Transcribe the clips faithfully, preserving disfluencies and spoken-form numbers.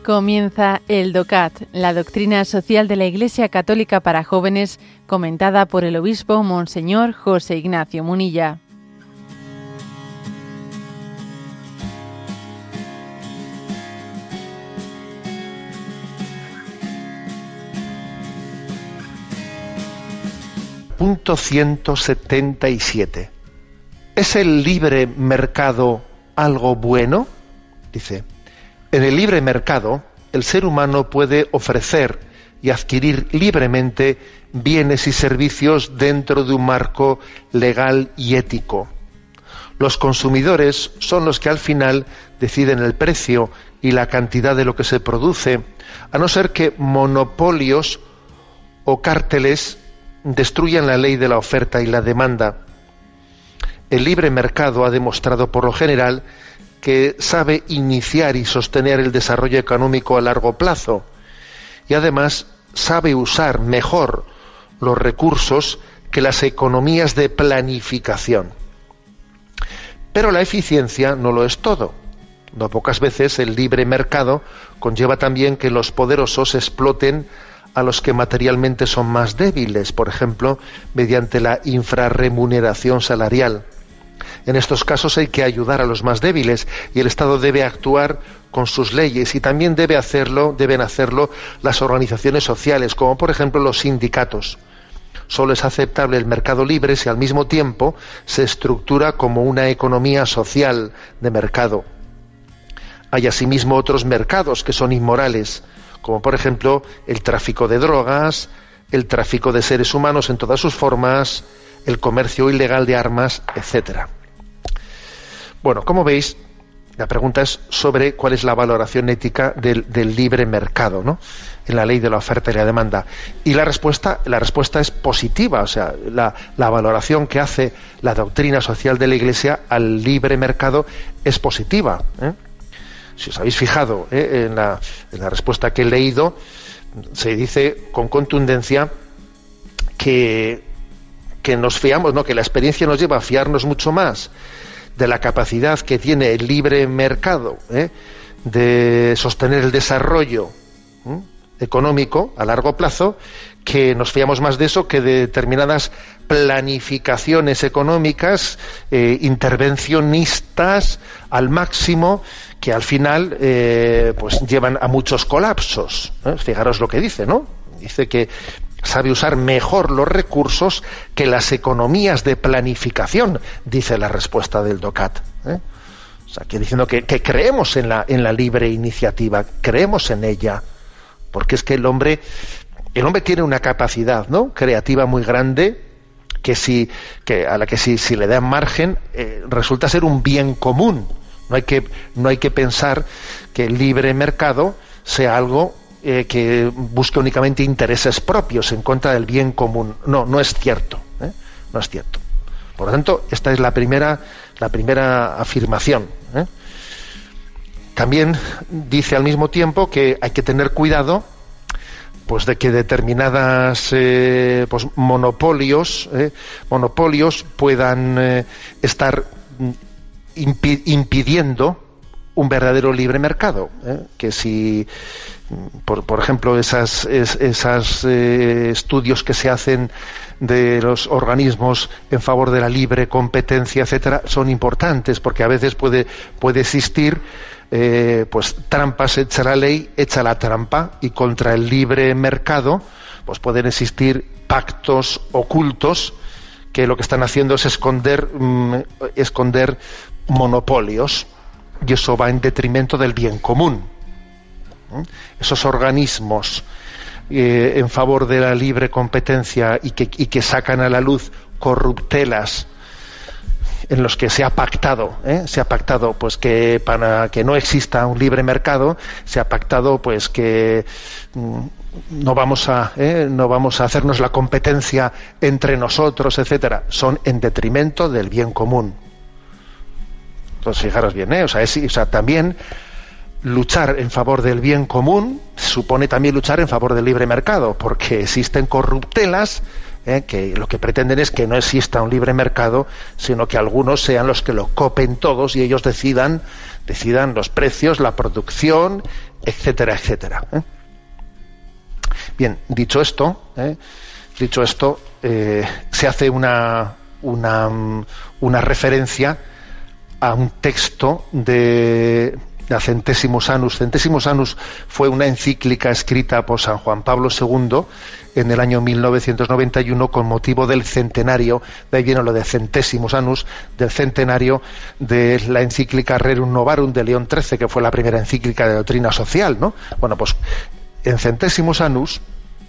Comienza el DOCAT, la doctrina social de la Iglesia Católica para jóvenes, comentada por el obispo Monseñor José Ignacio Munilla. Punto ciento setenta y siete. ¿Es el libre mercado algo bueno? Dice, en el libre mercado, el ser humano puede ofrecer y adquirir libremente bienes y servicios dentro de un marco legal y ético. Los consumidores son los que al final deciden el precio y la cantidad de lo que se produce, a no ser que monopolios o cárteles destruyan la ley de la oferta y la demanda. El libre mercado ha demostrado por lo general que sabe iniciar y sostener el desarrollo económico a largo plazo y además sabe usar mejor los recursos que las economías de planificación. Pero la eficiencia no lo es todo. No pocas veces el libre mercado conlleva también que los poderosos exploten a los que materialmente son más débiles, por ejemplo, mediante la infrarremuneración salarial. En estos casos hay que ayudar a los más débiles y el Estado debe actuar con sus leyes y también debe hacerlo, deben hacerlo las organizaciones sociales, como por ejemplo los sindicatos. Solo es aceptable el mercado libre si al mismo tiempo se estructura como una economía social de mercado. Hay asimismo otros mercados que son inmorales, como por ejemplo el tráfico de drogas, el tráfico de seres humanos en todas sus formas, el comercio ilegal de armas, etcétera. Bueno, como veis, la pregunta es sobre cuál es la valoración ética del, del libre mercado, ¿no?, en la ley de la oferta y la demanda. Y la respuesta, la respuesta es positiva, o sea, la, la valoración que hace la doctrina social de la Iglesia al libre mercado es positiva, ¿eh? Si os habéis fijado ¿eh? en, la, en la respuesta que he leído, se dice con contundencia que, que nos fiamos, ¿no?, que la experiencia nos lleva a fiarnos mucho más de la capacidad que tiene el libre mercado ¿eh? de sostener el desarrollo ¿eh? económico a largo plazo, que nos fiamos más de eso que de determinadas planificaciones económicas eh, intervencionistas al máximo, que al final eh, pues llevan a muchos colapsos, ¿eh? Fijaros lo que dice, ¿no? Dice que sabe usar mejor los recursos que las economías de planificación, dice la respuesta del DOCAT, ¿eh? O sea, que diciendo que, que creemos en la, en la libre iniciativa, creemos en ella, porque es que el hombre, el hombre tiene una capacidad, ¿no?, creativa muy grande, que si, que a la que si, si le dan margen, eh, resulta ser un bien común. No hay que, no hay que pensar que el libre mercado sea algo eh, que busque únicamente intereses propios en contra del bien común. No, no es cierto, ¿eh? No es cierto. Por lo tanto, esta es la primera, la primera afirmación, ¿eh? También dice al mismo tiempo que hay que tener cuidado pues de que determinadas eh, pues monopolios eh, monopolios puedan eh, estar impi- impidiendo un verdadero libre mercado, ¿eh? Que si por, por ejemplo esas es, esas eh, estudios que se hacen de los organismos en favor de la libre competencia, etcétera, son importantes, porque a veces puede puede existir eh, pues trampas, hecha la ley, hecha la trampa, y contra el libre mercado pues pueden existir pactos ocultos que lo que están haciendo es esconder mmm, esconder monopolios, y eso va en detrimento del bien común. ¿Eh? Esos organismos eh, en favor de la libre competencia y que, y que sacan a la luz corruptelas en los que se ha pactado, ¿eh? se ha pactado pues que para que no exista un libre mercado, se ha pactado pues que mm, no vamos a ¿eh? no vamos a hacernos la competencia entre nosotros, etcétera, son en detrimento del bien común. Entonces, fijaros bien, ¿eh? o sea, es, o sea, también luchar en favor del bien común supone también luchar en favor del libre mercado, porque existen corruptelas ¿eh? que lo que pretenden es que no exista un libre mercado, sino que algunos sean los que lo copen todos y ellos decidan decidan los precios, la producción etcétera, etcétera. ¿eh? Bien, dicho esto, ¿eh? dicho esto, eh, se hace una, una, una referencia a un texto de, de Centesimus Annus. Centesimus Annus fue una encíclica escrita por San Juan Pablo segundo en el año mil novecientos noventa y uno con motivo del centenario, de ahí viene lo de Centesimus Annus, del centenario de la encíclica Rerum Novarum de León trece, que fue la primera encíclica de doctrina social, ¿no? Bueno, pues en Centesimus Annus,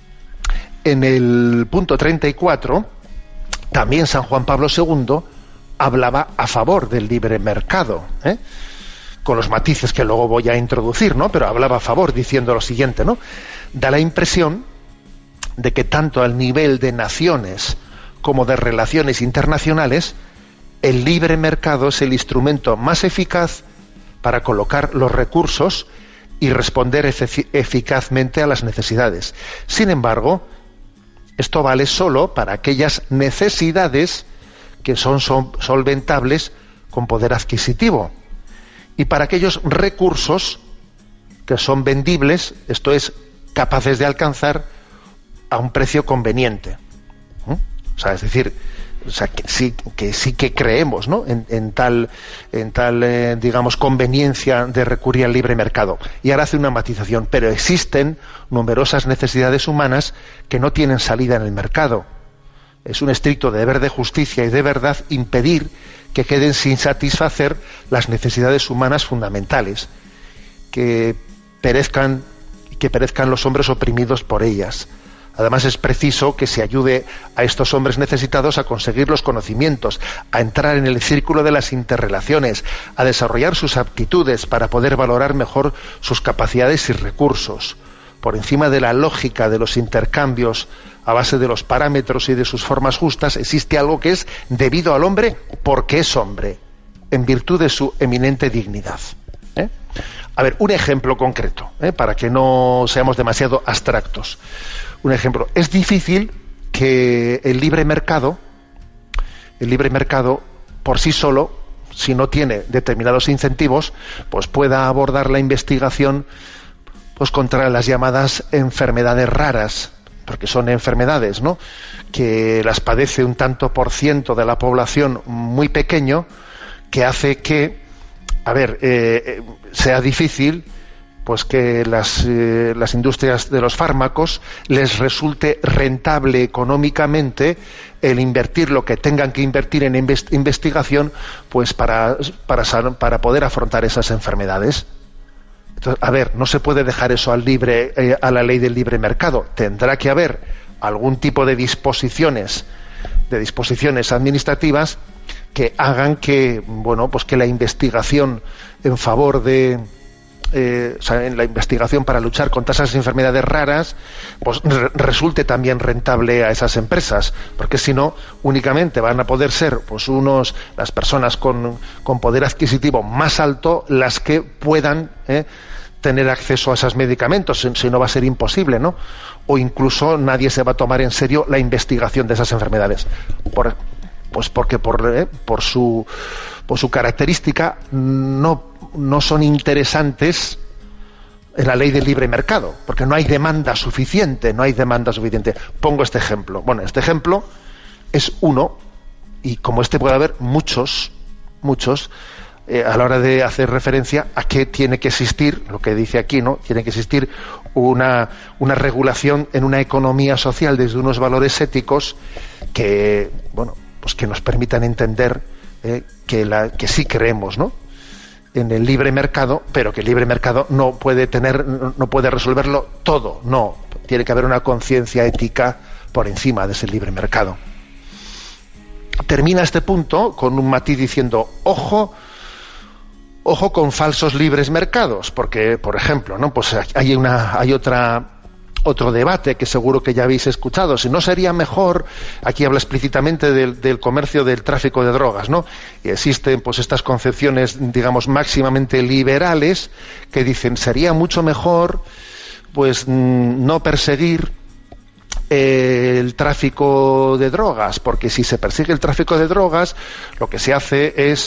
en el punto treinta y cuatro, también San Juan Pablo segundo hablaba a favor del libre mercado, ¿eh? con los matices que luego voy a introducir, ¿no? Pero hablaba a favor diciendo lo siguiente, ¿no? Da la impresión de que tanto al nivel de naciones como de relaciones internacionales, el libre mercado es el instrumento más eficaz para colocar los recursos y responder efic- eficazmente a las necesidades. Sin embargo, esto vale solo para aquellas necesidades que son, son solventables con poder adquisitivo y para aquellos recursos que son vendibles, esto es, capaces de alcanzar a un precio conveniente. ¿Mm? O sea, es decir, o sea, que sí que sí que creemos, ¿no? en, en tal, en tal eh, digamos, conveniencia de recurrir al libre mercado. Y ahora hace una matización, pero existen numerosas necesidades humanas que no tienen salida en el mercado. Es un estricto deber de justicia y de verdad impedir que queden sin satisfacer las necesidades humanas fundamentales, que perezcan, que perezcan los hombres oprimidos por ellas. Además, es preciso que se ayude a estos hombres necesitados a conseguir los conocimientos, a entrar en el círculo de las interrelaciones, a desarrollar sus aptitudes para poder valorar mejor sus capacidades y recursos. Por encima de la lógica de los intercambios a base de los parámetros y de sus formas justas, existe algo que es debido al hombre porque es hombre, en virtud de su eminente dignidad. ¿Eh? A ver, un ejemplo concreto, ¿eh? para que no seamos demasiado abstractos. Un ejemplo, es difícil que el libre mercado, el libre mercado por sí solo, si no tiene determinados incentivos, pues pueda abordar la investigación pues contra las llamadas enfermedades raras, porque son enfermedades, ¿no?, que las padece un tanto por ciento de la población muy pequeño, que hace que, a ver, eh, sea difícil pues que las, eh, las industrias de los fármacos les resulte rentable económicamente el invertir lo que tengan que invertir en invest- investigación pues para, para, para poder afrontar esas enfermedades. Entonces, a ver, no se puede dejar eso al libre, eh, a la ley del libre mercado. Tendrá que haber algún tipo de disposiciones, de disposiciones administrativas que hagan que, bueno, pues que la investigación en favor de Eh, o sea, en la investigación para luchar contra esas enfermedades raras, pues re- resulte también rentable a esas empresas, porque si no, únicamente van a poder ser pues unos las personas con, con poder adquisitivo más alto las que puedan eh, tener acceso a esos medicamentos, si, si no va a ser imposible, ¿no? O incluso nadie se va a tomar en serio la investigación de esas enfermedades. Por, pues porque por, eh, por su por su característica no no son interesantes en la ley del libre mercado, porque no hay demanda suficiente, no hay demanda suficiente. Pongo este ejemplo. Bueno, este ejemplo es uno, y como este puede haber muchos, muchos, eh, a la hora de hacer referencia a que tiene que existir, lo que dice aquí, ¿no? Tiene que existir una, una regulación en una economía social desde unos valores éticos que, bueno, pues que nos permitan entender eh, que, la, que sí creemos, ¿no?, en el libre mercado, pero que el libre mercado no puede tener, no puede resolverlo todo, no, tiene que haber una conciencia ética por encima de ese libre mercado. Termina este punto con un matiz diciendo, ojo, ojo con falsos libres mercados, porque, por ejemplo, ¿no?, pues hay una, hay otra otro debate que seguro que ya habéis escuchado, si no sería mejor, aquí habla explícitamente del, del comercio, del tráfico de drogas, ¿no? Y existen pues estas concepciones, digamos, máximamente liberales que dicen, sería mucho mejor pues no perseguir el tráfico de drogas, porque si se persigue el tráfico de drogas, lo que se hace es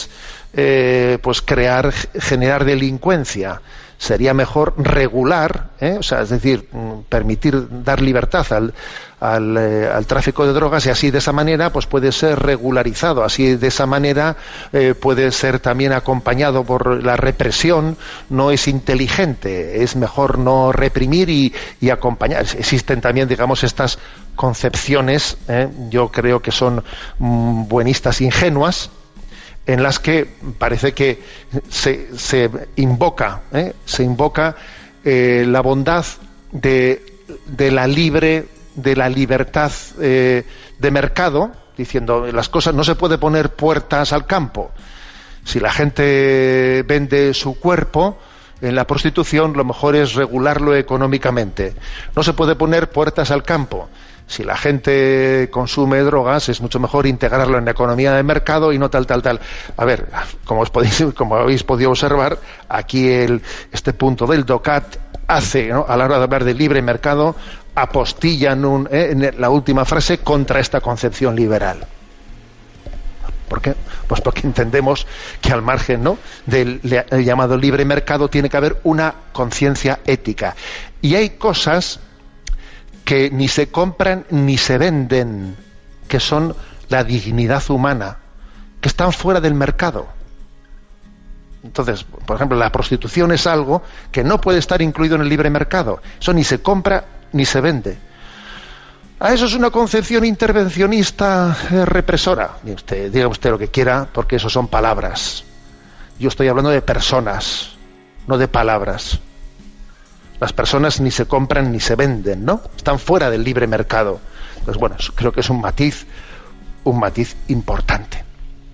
eh, pues crear, generar delincuencia. Sería mejor regular, ¿eh? O sea, es decir, permitir dar libertad al, al, eh, al tráfico de drogas, y así de esa manera pues puede ser regularizado, así de esa manera eh, puede ser también acompañado por la represión. No es inteligente, es mejor no reprimir y, y acompañar. Existen también, digamos, estas concepciones, ¿eh? Yo creo que son mm, buenistas ingenuas, en las que parece que se, se invoca, ¿eh? se invoca eh, la bondad de, de la libre, de la libertad eh, de mercado, diciendo las cosas, no se puede poner puertas al campo. Si la gente vende su cuerpo en la prostitución, lo mejor es regularlo económicamente. No se puede poner puertas al campo. Si la gente consume drogas, es mucho mejor integrarlo en la economía de mercado y no tal, tal, tal. A ver, como os podéis, como habéis podido observar, aquí el, este punto del DOCAT hace, ¿no?, a la hora de hablar de libre mercado, apostilla en, un, eh, en la última frase contra esta concepción liberal. ¿Por qué? Pues porque entendemos que al margen, ¿no?, del el llamado libre mercado tiene que haber una conciencia ética. Y hay cosas que ni se compran ni se venden, que son la dignidad humana, que están fuera del mercado. Entonces, por ejemplo, la prostitución es algo que no puede estar incluido en el libre mercado. Eso ni se compra ni se vende. ¿A eso es una concepción intervencionista eh, represora? Diga usted, diga usted lo que quiera, porque eso son palabras. Yo estoy hablando de personas, no de palabras. Las personas ni se compran ni se venden, ¿no? Están fuera del libre mercado. Entonces, bueno, creo que es un matiz, un matiz importante.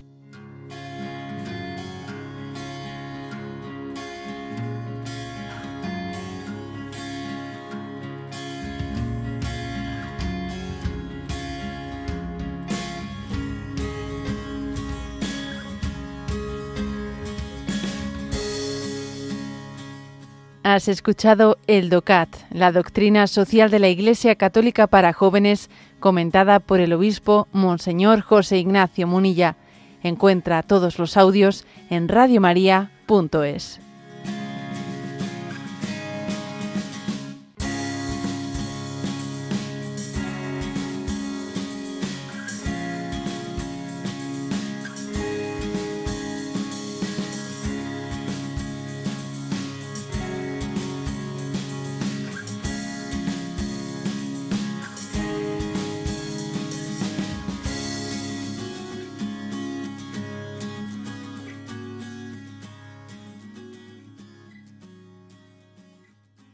Has escuchado el DOCAT, la doctrina social de la Iglesia Católica para jóvenes, comentada por el obispo Monseñor José Ignacio Munilla. Encuentra todos los audios en radio maría punto es.